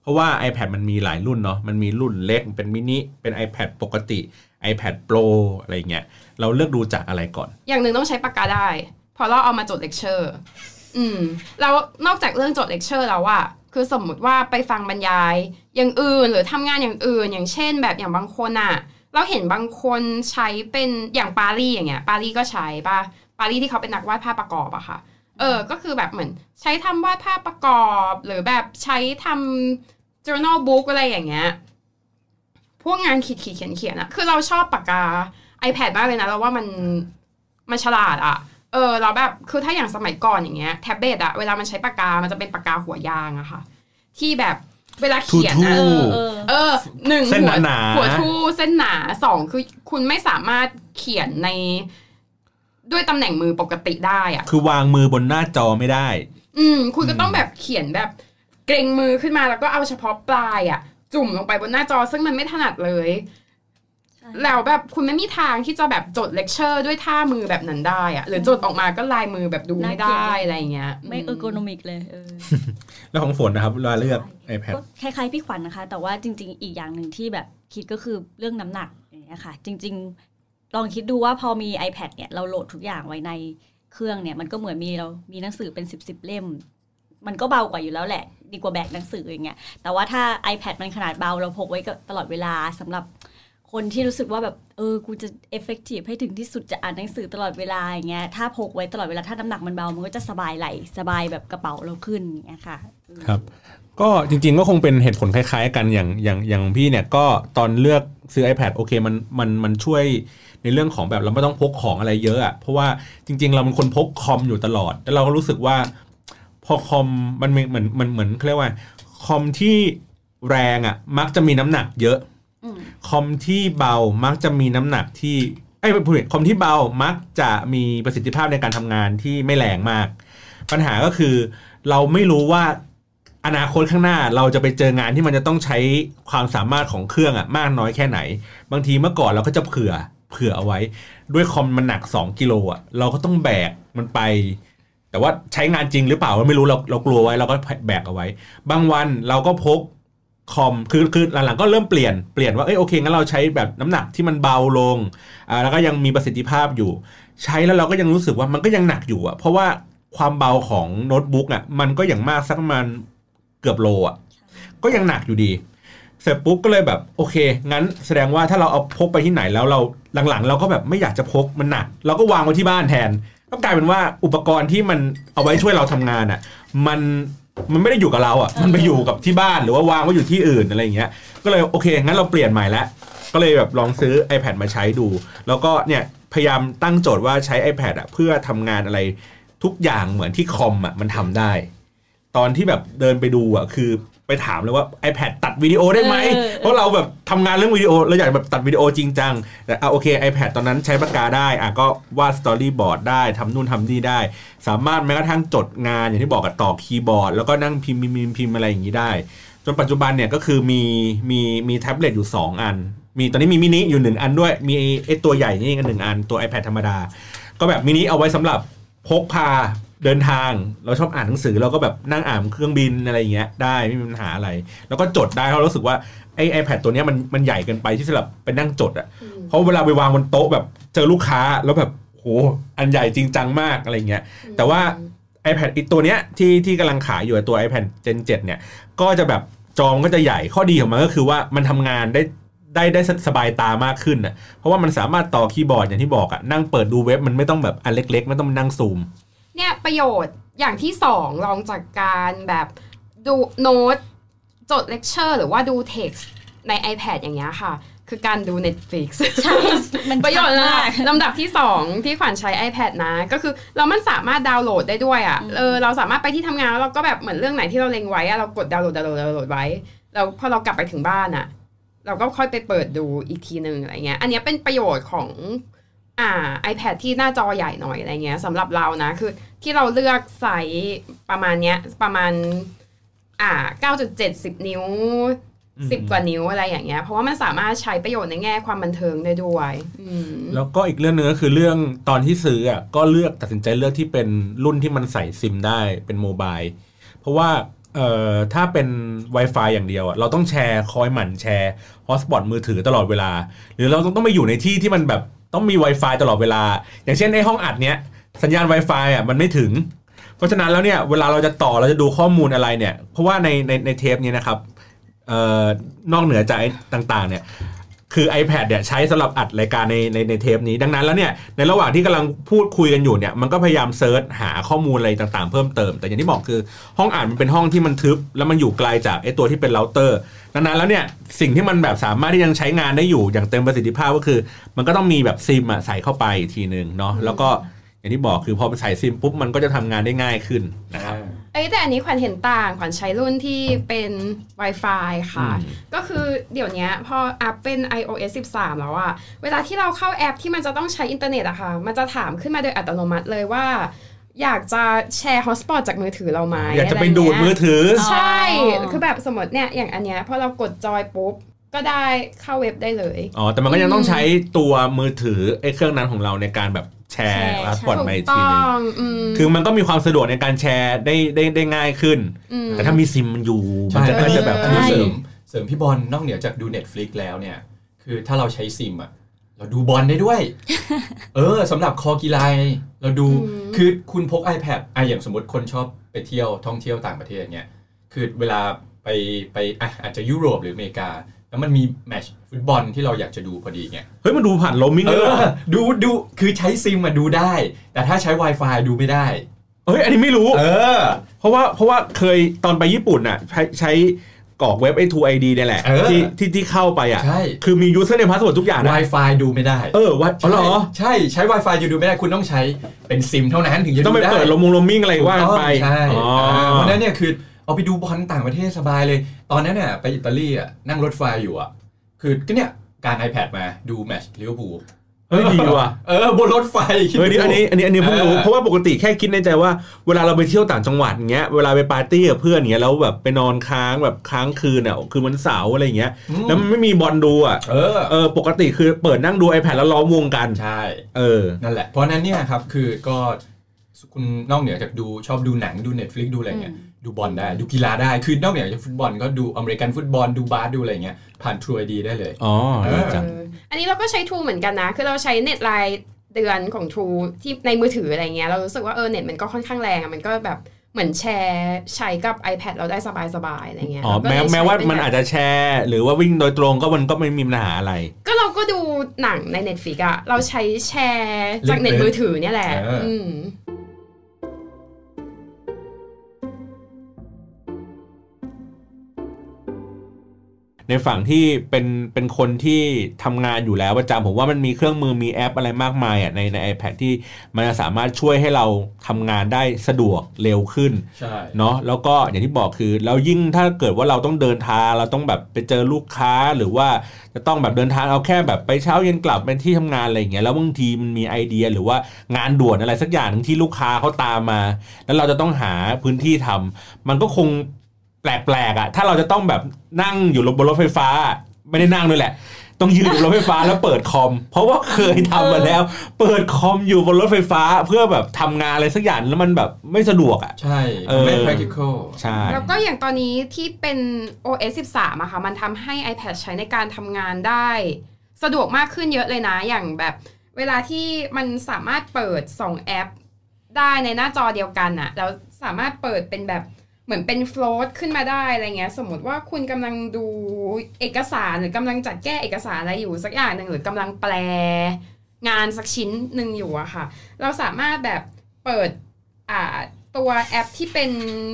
ราะว่า iPad มันมีหลายรุ่นเนาะมันมีรุ่นเล็กเป็นมินิเป็น iPad ปกติ iPad Pro อะไรเงี้ยเราเลือกดูจากอะไรก่อนอย่างหนึ่งต้องใช้ปากกาได้พอเราเอามาจดเลคเชอร์อืมแล้วนอกจากเรื่องจดเลคเชอร์แล้วอะคือสมมุติว่าไปฟังบรรยายอย่างอื่นหรือทำงานอย่างอื่นอย่างเช่นแบบอย่างบางคนอะเราเห็นบางคนใช้เป็นอย่างปารีอย่างเงี้ยปารีก็ใช้ป่ะปารีที่เขาเป็นนักวาดภาพประกอบอะค่ะเออก็คือแบบเหมือนใช้ทำวาดภาพประกอบหรือแบบใช้ทำ journal book อะไรอย่างเงี้ยพวกงานขีดขีดเขียนเขียนอะคือเราชอบปากกา iPad มากเลยนะเราว่ามันมันฉลาดอะเออเราแบบคือถ้าอย่างสมัยก่อนอย่างเงี้ยแท็บเล็ตอะเวลามันใช้ปากกามันจะเป็นปากกาหัวยางอะค่ะที่แบบเวลาเขียนอะเออเออหนึ่งหัวหัวทู่เส้นหนาสองคือคุณไม่สามารถเขียนในด้วยตำแหน่งมือปกติได้อะคือวางมือบนหน้าจอไม่ได้อืมคุณก็ต้องแบบเขียนแบบเกรงมือขึ้นมาแล้วก็เอาเฉพาะปลายอะจุ่มลงไปบนหน้าจอซึ่งมันไม่ถนัดเลยแล้วแบบคุณไม่มีทางที่จะแบบจดเลคเชอร์ด้วยท่ามือแบบนั้นได้อะหรือจดออกมาก็ลายมือแบบดูไม่ได้อะไรเงี้ยไม่เออร์โกนอมิกเลยเออแล้วของฝนนะครับเวลาเลือก iPad ก็คล้ายๆพี่ขวัญ นะคะแต่ว่าจริงๆอีกอย่างหนึ่งที่แบบคิดก็คือเรื่องน้ำหนักอย่างเงี้ยค่ะจริงๆลองคิดดูว่าพอมี iPad เนี่ยเราโหลดทุกอย่างไว้ในเครื่องเนี่ยมันก็เหมือนมีเรามีหนังสือเป็นสิบสิบเล่มมันก็เบากว่าอยู่แล้วแหละดีกว่าแบกหนังสืออย่างเงี้ยแต่ว่าถ้า iPad มันขนาดเบาเราพกไว้ตลอดเวลาสำหรับคนที่รู้สึกว่าแบบเออกูจะ effective ให้ถึงที่สุดจะอ่านหนังสือตลอดเวลาอย่างเงี้ยถ้าพกไว้ตลอดเวลาถ้าน้ำหนักมันเบามันก็จะสบายไหลสบายแบบกระเป๋าเราขึ้นอย่างเงี้ยค่ะครับก็จริงๆก็คงเป็นเหตุผลคล้ายๆกันอย่างอย่างอย่างพี่เนี่ยก็ตอนเลือกซื้อ iPad โอเคมันมันมันช่วยในเรื่องของแบบเราไม่ต้องพกของอะไรเยอะอ่ะเพราะว่าจริงๆเราเป็นคนพกคอมอยู่ตลอดแล้วเราก็รู้สึกว่าพอคอมมันเหมือนมันเหมือนเรียกว่าคอมที่แรงอ่ะมักจะมีน้ำหนักเยอะคอมที่เบามักจะมีน้ำหนักที่ไอ้ผู้คอมที่เบามักจะมีประสิทธิภาพในการทำงานที่ไม่แรงมากปัญหาก็คือเราไม่รู้ว่าอนาคตข้างหน้าเราจะไปเจองานที่มันจะต้องใช้ความสามารถของเครื่องอะมากน้อยแค่ไหนบางทีเมื่อก่อนเราก็จะเผื่อเผื่อเอาไว้ด้วยคอมมันหนักสองกิโลอะเราก็ต้องแบกมันไปแต่ว่าใช้งานจริงหรือเปล่าเราไม่รู้เราเรากลัวไว้เราก็แบกเอาไว้บางวันเราก็พกคอมคือคือหลังๆก็เริ่มเปลี่ยนเปลี่ยนว่าเอ้ยโอเคงั้นเราใช้แบบน้ำหนักที่มันเบาลงอ่าแล้วก็ยังมีประสิทธิภาพอยู่ใช้แล้วเราก็ยังรู้สึกว่ามันก็ยังหนักอยู่อ่ะเพราะว่าความเบาของโน้ตบุ๊กอ่ะมันก็อย่างมากสักประมาณเกือบโลอ่ะก็ยังหนักอยู่ดีเสร็จปุ๊บก็เลยแบบโอเคงั้นแสดงว่าถ้าเราเอาพกไปที่ไหนแล้วเราหลังๆเราก็แบบไม่อยากจะพกมันหนักเราก็วางไว้ที่บ้านแทนก็กลายเป็นว่าอุปกรณ์ที่มันเอาไว้ช่วยเราทำงานอ่ะมันมันไม่ได้อยู่กับเราอ่ะมันไปอยู่กับที่บ้านหรือว่าวางไว้อยู่ที่อื่นอะไรอย่างเงี้ยก็เลยโอเคงั้นเราเปลี่ยนใหม่แล้วก็เลยแบบลองซื้อ iPad มาใช้ดูแล้วก็เนี่ยพยายามตั้งโจทย์ว่าใช้ iPad อ่ะเพื่อทำงานอะไรทุกอย่างเหมือนที่คอมอ่ะมันทำได้ตอนที่แบบเดินไปดูอ่ะคือไปถามเลยว่า iPad ตัดวิดีโอได้ไหมเพราะเราแบบทำงานเรื่องวิดีโอเราอยากแบบตัดวิดีโอจริงจังแต่อ่ะโอเค iPad ตอนนั้นใช้ปากกาได้อ่ะก็วาดสตอรี่บอร์ดได้ทำนู่นทำนี่ได้สามารถแม้กระทั่งจดงานอย่างที่บอกกับต่อคีย์บอร์ดแล้วก็นั่งพิมพ์พิมพ์พิมพ์อะไรอย่างนี้ได้จนปัจจุบันเนี่ยก็คือมีมีมีแท็บเล็ตอยู่สองอันมีตอนนี้มีมินิอยู่หนึ่งอันด้วยมีไอ้ตัวใหญ่นี่กันหนึ่งอันตัว iPad ธรรมดาก็แบบมินิเอาไว้สำหรับพกพาเดินทางเราชอบอ่านหนังสือเราก็แบบนั่งอ่านเครื่องบินอะไรอย่างเงี้ยได้ไม่มีปัญหาอะไรแล้วก็จดได้เพราะรู้สึกว่าไอ้ iPad ตัวนี้มันมันใหญ่เกินไปที่สำหรับไปนั่งจดอ่ะเพราะเวลาไปวางบนโต๊ะแบบเจอลูกค้าแล้วแบบโหอันใหญ่จริงจังมากอะไรเงี้ยแต่ว่า iPad อีกตัวเนี้ยที่ที่กำลังขายอยู่ตัว iPad Gen เจ็ดเนี่ยก็จะแบบจอก็จะใหญ่ข้อดีของมันก็คือว่ามันทำงานได้ได้ได้สบายตามากขึ้นอ่ะเพราะว่ามันสามารถต่อคีย์บอร์ดอย่างที่บอกอ่ะนั่งเปิดดูเว็บมันไม่ต้องแบบอันเล็กๆไม่ต้องนั่งซูมเนี่ยประโยชน์อย่างที่สองรองจากการแบบดูโน้ตจดเลคเชอร์หรือว่าดูเท็กซ์ใน iPad อย่างเงี้ยค่ะคือการดู Netflix ใช่มันประโยชน์นะลำดับที่สองที่ขวัญใช้ iPad นะก็คือเรามันสามารถดาวน์โหลดได้ด้วยอ่ะเออเราสามารถไปที่ทำงานแล้วเราก็แบบเหมือนเรื่องไหนที่เราเล็งไว้อะเรากดดาวน์โหลดดาวน์โหลดดาวน์โหลดไว้แล้วพอเรากลับไปถึงบ้านอ่ะเราก็ค่อยไปเปิดดูอีกทีนึงอะไรเงี้ยอันนี้เป็นประโยชน์ของอ่า iPad ที่หน้าจอใหญ่หน่อยอะไรเงี้ยสำหรับเรานะคือที่เราเลือกไซส์ประมาณเนี้ยประมาณอ่า เก้าจุดเจ็ด สิบ นิ้วสิบกว่านิ้วอะไรอย่างเงี้ยเพราะว่ามันสามารถใช้ประโยชน์ในแง่ความบันเทิงได้ด้วยแล้วก็อีกเรื่องนึงก็คือเรื่องตอนที่ซื้ออ่ะก็เลือกตัดสินใจเลือกที่เป็นรุ่นที่มันใส่ซิมได้เป็นโมบายเพราะว่าเอ่อถ้าเป็น Wi-Fi อย่างเดียวอ่ะเราต้องแชร์คอยหมั่นแชร์ฮอตสปอตมือถือตลอดเวลาหรือเราต้องต้องไปอยู่ในที่ที่มันแบบต้องมี Wi-Fi ตลอดเวลาอย่างเช่นไอ้ห้องอัดเนี้ยสัญญาณ Wi-Fi อ่ะมันไม่ถึงเพราะฉะนั้นแล้วเนี่ยเวลาเราจะต่อเราจะดูข้อมูลอะไรเนี่ยเพราะว่าในในในเทปนี้นะครับเอ่อนอกเหนือจากต่างๆเนี่ยคือ iPad เนี่ยใช้สำหรับอัดรายการในในในเทปนี้ดังนั้นแล้วเนี่ยในระหว่างที่กำลังพูดคุยกันอยู่เนี่ยมันก็พยายามเซิร์ชหาข้อมูลอะไรต่างๆเพิ่มเติมแต่อย่างที่บอกคือห้องอ่านมันเป็นห้องที่มันทึบแล้วมันอยู่ไกลจากไอ้ตัวที่เป็นเราเตอร์ดังนั้นแล้วเนี่ยสิ่งที่มันแบบสามารถที่ยังใช้งานได้อยู่อย่างเต็มประสิทธิภาพก็คือมันก็ต้องมีแบบซิมอ่ะใส่เข้าไปทีนึงเนาะแล้วก็อย่างที่บอกคือพอใส่ซิมปุ๊บมันก็จะทำงานได้ง่ายขึ้นนะครับเอ้แต่อันนี้ขวัญเห็นต่างขวัญใช้รุ่นที่เป็น Wi-Fi ค่ะก็คือเดี๋ยวนี้พอแอปเป็น ไอ โอ เอส สิบสามแล้วอะเวลาที่เราเข้าแอปที่มันจะต้องใช้อินเทอร์เน็ตอะค่ะมันจะถามขึ้นมาโดยอัตโนมัติเลยว่าอยากจะแชร์ฮอตสปอตจากมือถือเราไหมอยากจะไปดูดมือถือใช่คือแบบสมมติเนี่ยอย่างอันเนี้ยพอเรากดจอยปุ๊บก็ได้เข้าเว็บได้เลยอ๋อแต่มันก็ยังต้องใช้ตัวมือถือไอ้เครื่องนั้นของเราในการแบบแชร์พาสปอร์ตมาอีกทีนึงคือมันก็มีความสะดวกในการแชร์ได้ได้ได้ง่ายขึ้นแต่ถ้ามีซิมมันอยู่มันจะก็จะแบบเสริมเสริมพี่บอลนอกเหนือจากดู Netflix แล้วเนี่ยคือถ้าเราใช้ซิมอ่ะเราดูบอลได้ด้วยเออสำหรับคอกีฬาเราดูคือคุณพก iPad อ่ะอย่างสมมติคนชอบไปเที่ยวท่องเที่ยวต่างประเทศเนี่ยคือเวลาไปไปอ่ะอาจจะยุโรปหรืออเมริกาแล้วมันมีแมตช์ฟุตบอลที่เราอยากจะดูพอดีเนี่ยเฮ้ยมันดูผ่านโรมมิ่งเลยดูดูคือใช้ซิมมาดูได้แต่ถ้าใช้ Wi-Fi ดูไม่ได้เฮ้ยอันนี้ไม่รู้เออเพราะว่าเพราะว่าเคยตอนไปญี่ปุ่นน่ะใช้ใช้กรอกเว็บไอ้ ทู ไอ ดี เนี่ยแหละที่ที่ที่เข้าไปอ่ะคือมียูเซอร์เนมพาสเวิร์ดทุกอย่างนะ Wi-Fi ดูไม่ได้เออว่าอ๋อเหรอใช่ใช้ Wi-Fi จะดูไม่ได้คุณต้องใช้เป็นซิมเท่านั้นถึงจะดูได้ต้องไปเปิดโรมโรมมิ่งอะไรว่าไปใช่เพราะนั้นเนี่ยคือเอาไปดูบอลต่างประเทศสบายเลยตอนนั้นเนี่ยไปอิตาลีอ่ะนั่งรถไฟอยู่อ่ะคือก็เนี่ยการ iPad มาดูแมตช์ลิเวอร์พูลเฮ้ยดีว่ะเออบนรถไฟเฮ้ยอันนี้อันนี้อันนี้เพิ่งรู้เพราะว่าปกติแค่คิดในใจว่าเวลาเราไปเที่ยวต่างจังหวัดเงี้ยเวลาไปปาร์ตี้กับเพื่อนเงี้ยแล้วแบบไปนอนค้างแบบค้างคืนอ่ะคือวันเสาร์อะไรเงี้ยแล้วมันไม่มีบอลดูอ่ะเออเออปกติคือเปิดนั่งดู iPad แล้วล้อมวงกันใช่เออนั่นแหละเพราะนั้นเนี่ยครับคือก็คุณนอกเหนือจากดูชอบดูหนังดู Netflix ดูอะไรเงี้ยดูบอลได้ดูกีฬาได้คือนอกเหนือจากฟุตบอลก็ดูอเมริกันฟุตบอลดูบาสดูอะไรเงี้ยผ่าน True ไอ ดี ได้เลยอ๋อดีจังอันนี้เราก็ใช้ True เหมือนกันนะคือเราใช้เน็ตรายเดือนของ True ที่ในมือถืออะไรเงี้ยเรารู้สึกว่าเออเน็ตมันก็ค่อนข้างแรงมันก็แบบเหมือนแชร์ใช้กับ iPad เราได้สบายๆอะไรเงี้ยอ๋อแม้แม้ว่ามันอาจจะแชร์หรือว่าวิ่งโดยตรงก็มันก็ไม่มีปัญหาอะไรก็เราก็ดูหนังใน Netflix อ่ะเราใช้แชร์จากเน็ตมือถือเนี่ยแหละอืมในฝั่งที่เป็นเป็นคนที่ทำงานอยู่แล้วประจำผมว่ามันมีเครื่องมือมีแอปอะไรมากมายอ่ะในใน iPad ที่มันจะสามารถช่วยให้เราทำงานได้สะดวกเร็วขึ้นเนาะแล้วก็อย่างที่บอกคือแล้วยิ่งถ้าเกิดว่าเราต้องเดินทางเราต้องแบบไปเจอลูกค้าหรือว่าจะต้องแบบเดินทางเอาแค่แบบไปเช้าเย็นกลับไปที่ทำงานอะไรอย่างเงี้ยแล้วบางทีมันมีไอเดียหรือว่างานด่วนอะไรสักอย่างนึงที่ลูกค้าเขาตามมาแล้วเราจะต้องหาพื้นที่ทำมันก็คงแปลกๆอ่ะถ้าเราจะต้องแบบนั่งอยู่บนรถไฟฟ้าไม่ได้นั่งด้วยแหละต้องยืนอยู่บนรถไฟฟ้าแล้วเปิดคอมเพราะว่าเคยทำมาแล้วเปิดคอมอยู่บนรถไฟฟ้าเพื่อแบบทำงานอะไรสักอย่างแล้วมันแบบไม่สะดวกอ่ะใช่ไม่ practical ใช่แล้วก็อย่างตอนนี้ที่เป็น โอ เอส สิบสามอะค่ะมันทำให้ iPad ใช้ในการทำงานได้สะดวกมากขึ้นเยอะเลยนะอย่างแบบเวลาที่มันสามารถเปิดสองแอปได้ในหน้าจอเดียวกันอะแล้วสามารถเปิดเป็นแบบเหมือนเป็นโฟลตขึ้นมาได้อะไรเงี้ยสมมติว่าคุณกำลังดูเอกสารหรือกำลังจัดแก้เอกสารอะไรอยู่สักอย่างนึงหรือกำลังแปลงานสักชิ้นนึงอยู่อะค่ะเราสามารถแบบเปิดอ่าตัวแอปที่เป็น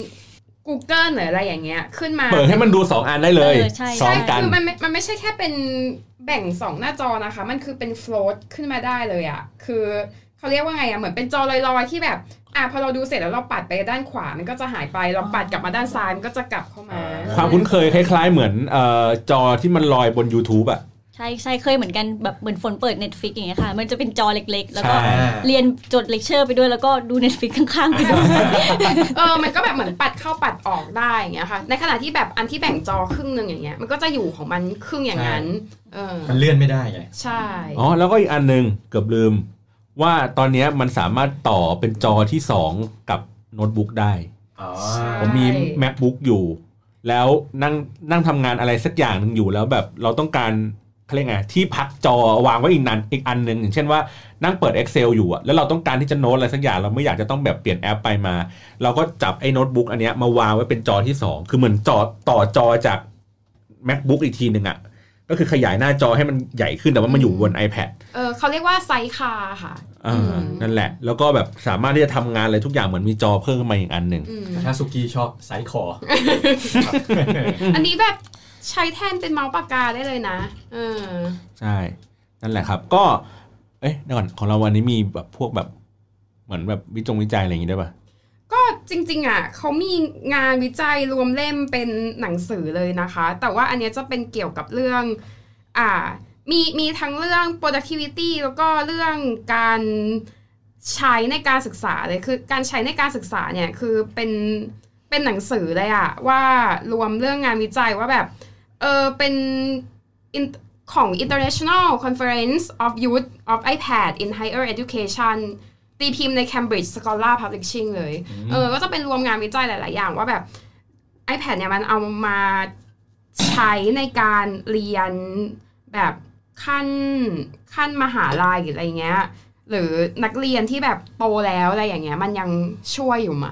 Google หรืออะไรอย่างเงี้ยขึ้นมาเปิดให้มันดูสองอันได้เลยซ้อนกันคือมันมันไม่ใช่แค่เป็นแบ่งสองหน้าจอนะคะมันคือเป็นโฟลตขึ้นมาได้เลยอะคือเขาเรียกว่าไงอะเหมือนเป็นจอลอยๆที่แบบอ่ะพอเราดูเสร็จแล้วเราปัดไปด้านขวามันก็จะหายไปเราปัดกลับมาด้านซ้ายมันก็จะกลับเข้ามาความคุ้นเคยคล้ายๆเหมือนเอ่อจอที่มันลอยบน YouTube อ่ะใช่ใช่เคยเหมือนกันแบบเหมือนฝนเปิด Netflix อย่างเงี้ยค่ะมันจะเป็นจอเล็กๆแล้วก็เรียนจดเลคเชอร์ไปด้วยแล้วก็ดู Netflix ข้างๆไปด้วยเออมันก็แบบเหมือนปัดเข้าปัดออกได้อย่างเงี้ยค่ะในขณะที่แบบอันที่แบ่งจอครึ่งนึงอย่างเงี้ยมันก็จะอยู่ของมันครึ่งอย่างนั้นเออมันเลื่อนไม่ได้ไงใช่อ๋อแล้วก็อีกอันนึงเกือบลืมว่าตอนนี้มันสามารถต่อเป็นจอที่สองกับโน้ตบุ๊กได้อ๋อผมมี MacBook อยู่แล้วนั่งนั่งทำงานอะไรสักอย่างนึงอยู่แล้วแบบเราต้องการเขาเรียกไงที่พักจอวางไว้อีกนันอีกอันนึงอย่างเช่นว่านั่งเปิด Excel อยู่อะแล้วเราต้องการที่จะโน้ตอะไรสักอย่างเราไม่อยากจะต้องแบบเปลี่ยนแอปไปมาเราก็จับไอ้โน้ตบุ๊กอันเนี้ยมาวางไว้เป็นจอที่สองคือเหมือนจอต่อจอจาก MacBook อีกทีนึงอะก็คือขยายหน้าจอให้มันใหญ่ขึ้นแต่ว่ามันอยู่บน iPad เออเขาเรียกว่าไซคาค่ะอ่านั่นแหละแล้วก็แบบสามารถที่จะทำงานอะไรทุกอย่างเหมือนมีจอเพิ่มขึ้นมาอีกอันหนึ่งถ้าสุกี้ชอบไซส์คออันนี้แบบใช้แทนเป็นเมาส์ปากกาได้เลยนะเออใช่นั่นแหละครับก็เอ๊ะเดี๋ยวก่อนของเราวันนี้มีแบบพวกแบบเหมือนแบบวิจงวิจัยอะไรอย่างงี้ได้ป่ะก็จริงๆอ่ะเขามีงานวิจัยรวมเล่มเป็นหนังสือเลยนะคะแต่ว่าอันนี้จะเป็นเกี่ยวกับเรื่องอ่ามีมีทั้งเรื่อง productivity แล้วก็เรื่องการใช้ในการศึกษาเลยคือการใช้ในการศึกษาเนี่ยคือเป็นเป็นหนังสือเลยอะว่ารวมเรื่องงานวิจัยว่าแบบเออเป็นของ International Conference of Youth of iPad in Higher Education ตีพิมพ์ใน Cambridge Scholar Publishing เลยเออก็จะเป็นรวมงานวิจัยหลายๆอย่างว่าแบบ iPad เนี่ยมันเอามาใช้ในการเรียนแบบขั้นขั้นมหาลัยอะไรเงี้ยหรือนักเรียนที่แบบโตแล้วอะไรอย่างเงี้ยมันยังช่วยอยู่ไหม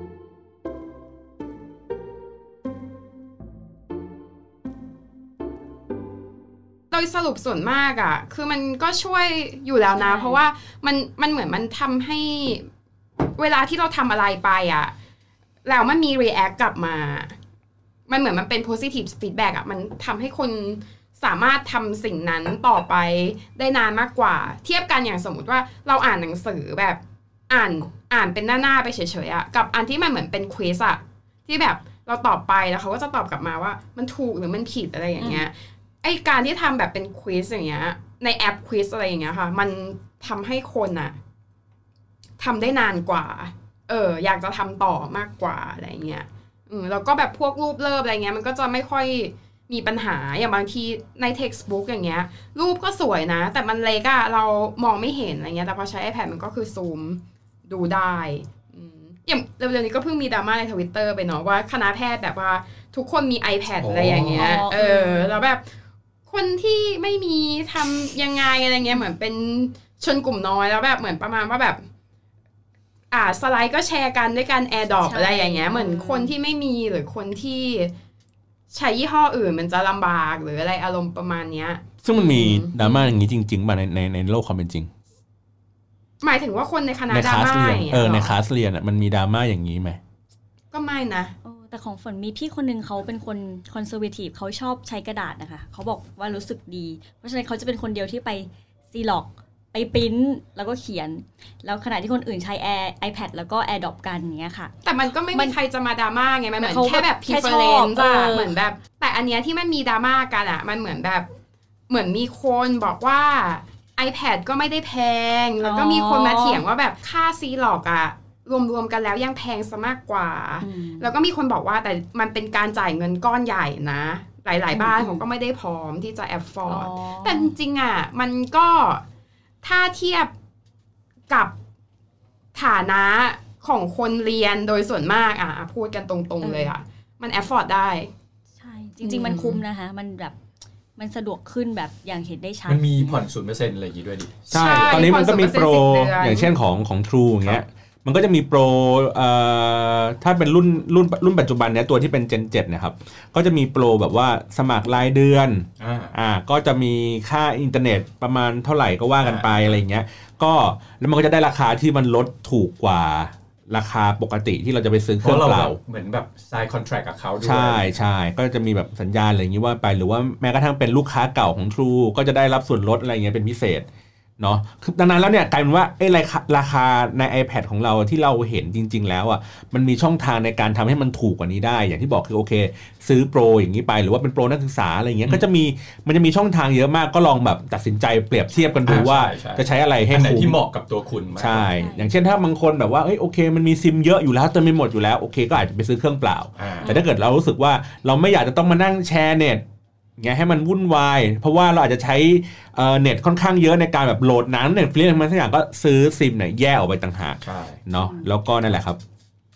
โดยสรุปส่วนมากอ่ะคือมันก็ช่วยอยู่แล้วนะเพราะว่ามันมันเหมือนมันทำให้เวลาที่เราทำอะไรไปอ่ะแล้วมันมี react กลับมามันเหมือนมันเป็น positive feedback อ่ะมันทำให้คนสามารถทำสิ่งนั้นต่อไปได้นานมากกว่าเทียบกันอย่างสมมุติว่าเราอ่านหนังสือแบบอ่านอ่านเป็นหน้าๆไปเฉยๆอ่ะกับอันที่มันเหมือนเป็นควิซอ่ะที่แบบเราตอบไปแล้วเขาก็จะตอบกลับมาว่ามันถูกหรือมันผิดอะไรอย่างเงี้ยไอการที่ทำแบบเป็นควิซอย่างเงี้ยในแอปควิซอะไรอย่างเงี้ยค่ะมันทำให้คนอ่ะทำได้นานกว่าเอออยากจะทำต่อมากกว่าอะไรเงี้ยอืมแล้วก็แบบพวกรูปเลิฟอะไรเงี้ยมันก็จะไม่ค่อยมีปัญหาอย่างบางทีใน textbook อย่างเงี้ยรูปก็สวยนะแต่มันเล็กอะเรามองไม่เห็นอะไรเงี้ยแต่พอใช้ iPad มันก็คือซูมดูได้อย่างเร็วๆนี้ก็เพิ่งมีดราม่าใน Twitter ไปเนาะว่าคณะแพทย์แบบว่าทุกคนมี iPad อะไรอย่างเงี้ยเออแล้วแบบคนที่ไม่มีทำยังไงอะไรเงี้ยเหมือนเป็นชนกลุ่มน้อยแล้วแบบเหมือนประมาณว่าแบบอ่าสไลด์ก็แชร์กันด้วยกัน AirDrop อะไรอย่างเงี้ยเหมือนคนที่ไม่มีหรือคนที่ใช้ยี่ห้ออื่นมันจะลำบากหรืออะไรอารมณ์ประมาณเนี้ยซึ่งมันมีดราม่าอย่างนี้จริงๆป่ะในในในโลกความเป็นจริงหมายถึงว่าคนในคณะดราม่าเออในคลาสเรียนอ่ะมันมีดราม่าอย่างนี้ไหมก็ไม่นะแต่ของฝนมีพี่คนนึงเขาเป็นคนคอนเซอร์เวทีฟเขาชอบใช้กระดาษนะคะเขาบอกว่ารู้สึกดีเพราะฉะนั้นเขาจะเป็นคนเดียวที่ไปซีล็อกไปปริ้นแล้วก็เขียนแล้วขณะที่คนอื่นใช้ Air iPad แล้วก็ AirDrop กันอย่างเงี้ยค่ะแต่มันก็ไม่มีใครจะมาดราม่าไงมันเหมือนแค่แบบ preference อ่ะเหมือนแบบแต่อันเนี้ยที่มันมีดราม่ากันอ่ะมันเหมือนแบบเหมือนมีคนบอกว่า iPad ก็ไม่ได้แพงแล้วก็มีคนมาเถียงว่าแบบค่าซีล็อกอ่ะรวมๆกันแล้วยังแพงซะมากกว่าแล้วก็มีคนบอกว่าแต่มันเป็นการจ่ายเงินก้อนใหญ่นะหลายๆบ้านเขาก็ไม่ได้พร้อมที่จะ afford แต่จริงๆอ่ะมันก็ถ้าเทียบกับฐานะของคนเรียนโดยส่วนมากอ่ะพูดกันตรงๆเลยอ่ะมัน afford ได้ใช่จริงๆมันคุ้มนะคะมันแบบมันสะดวกขึ้นแบบอย่างเห็นได้ชัดมันมีผ่อน ศูนย์เปอร์เซ็นต์ อะไรอย่างงี้ด้วยดิใช่ตอนนี้มันก็มีโปรอย่างเช่นของของ True อย่างเงี้ยมันก็จะมีโปรเอ่อถ้าเป็นรุ่นรุ่นรุ่นปัจจุบันเนี้ยตัวที่เป็น Gen เจ็ดนะครับก็จะมีโปรแบบว่าสมัครรายเดือนอ่าอ่าก็จะมีค่าอินเทอร์เน็ตประมาณเท่าไหร่ก็ว่ากันไปอะไรอย่างเงี้ยก็แล้วมันก็จะได้ราคาที่มันลดถูกกว่าราคาปกติที่เราจะไปซื้อเครื่องเปล่าเหมือนแบบ sign contract กับเขาด้วยใช่ใช่ก็จะมีแบบสัญญาณอะไรอย่างงี้ว่าไปหรือว่าแม้กระทั่งเป็นลูกค้าเก่าของ True ก็จะได้รับส่วนลดอะไรอย่างเงี้ยเป็นพิเศษเนาะคือดังนั้นแล้วเนี่ยกลายเป็นว่าไอ้ราคาราคาใน iPad ของเราที่เราเห็นจริงๆแล้วอ่ะมันมีช่องทางในการทำให้มันถูกกว่านี้ได้อย่างที่บอกคือโอเคซื้อโปรอย่างนี้ไปหรือว่าเป็นโปรนักศึกษาอะไรอย่างเงี้ยก็จะมีมันจะมีช่องทางเยอะมากก็ลองแบบตัดสินใจเปรียบเทียบกันดูว่าจะใช้อะไรให้คุ้มที่เหมาะกับตัวคุณใช่อย่างเช่นถ้าบางคนแบบว่าเอ้ยโอเคมันมีซิมเยอะอยู่แล้วเติมไม่หมดอยู่แล้วโอเคก็อาจจะไปซื้อเครื่องเปล่าแต่ถ้าเกิดเรารู้สึกว่าเราไม่อยากจะต้องมานั่งแชร์เน็ตไงให้มันวุ่นวายเพราะว่าเราอาจจะใช้เอ่อเน็ตค่อนข้างเยอะในการแบบโหลดหนัง Netflix อะไรบางอย่างก็ซื้อซิมเนี่ยแยกออกไปต่างหากเนาะแล้วก็นั่นแหละครับ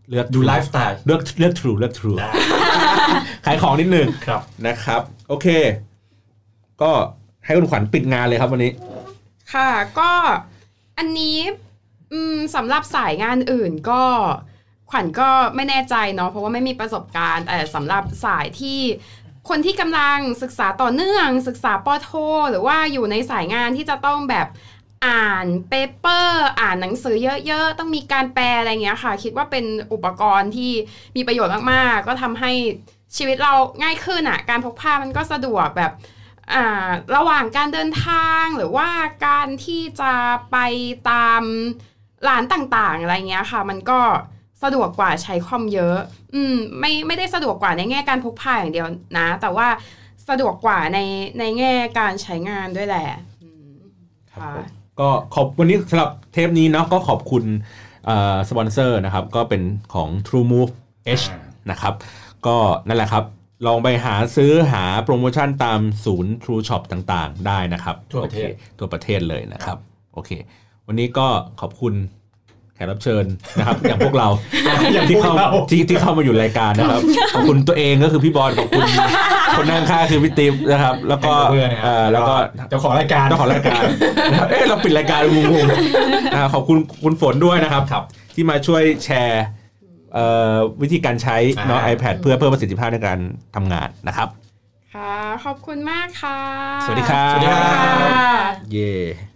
เลือกดูไลฟ์สไตล์เลือกเลือก True เลือก True ขายของนิดนึงครับนะครับโอเคก็ให้คุณขวัญปิดงานเลยครับวันนี้ค่ะก็อันนี้สำหรับสายงานอื่นก็ขวัญก็ไม่แน่ใจเนาะเพราะว่าไม่มีประสบการณ์แต่สำหรับสายที่คนที่กำลังศึกษาต่อเนื่องศึกษาปโทหรือว่าอยู่ในสายงานที่จะต้องแบบอ่านเปเปอร์อ่านหนังสือเยอะๆต้องมีการแปลอะไรเงี้ยค่ะคิดว่าเป็นอุปกรณ์ที่มีประโยชน์มากๆก็ทำให้ชีวิตเราง่ายขึ้นอ่ะการพกพามันก็สะดวกแบบอ่าระหว่างการเดินทางหรือว่าการที่จะไปตามร้านต่างๆอะไรเงี้ยค่ะมันก็สะดวกกว่าใช้คอมเยอะอืมไม่ไม่ได้สะดวกกว่าในแง่การพกพาอย่างเดียวนะแต่ว่าสะดวกกว่าในในแง่การใช้งานด้วยแหละค่ะก็ขอบวันนี้สำหรับเทปนี้เนาะก็ขอบคุณสปอนเซอร์นะครับก็เป็นของ TrueMove H นะครับก็นั่นแหละครับลองไปหาซื้อหาโปรโมชั่นตามศูนย์ True Shop ต่างๆได้นะครับทั่วประเทศทั่วประเทศเลยนะครับโอเควันนี้ก็ขอบคุณแขกรับเชิญนะครับอย่างพวกเราอย่างที่เข้าที่ที่เข้ามาอยู่รายการนะครับขอบคุณตัวเองก็คือพี่บอลขอบคุณคนนั่งข้างคือพี่ติ๊บนะครับแล้วก็เออแล้วก็เจ้าของรายการเจ้าของรายการนะครับเอ๊ะเราปิดรายการงงๆอ่าขอบคุณคุณฝนด้วยนะครับที่มาช่วยแชร์วิธีการใช้เนาะ iPad เพื่อเพิ่มประสิทธิภาพในการทำงานนะครับค่ะขอบคุณมากค่ะสวัสดีครับสวัสดีครับเย่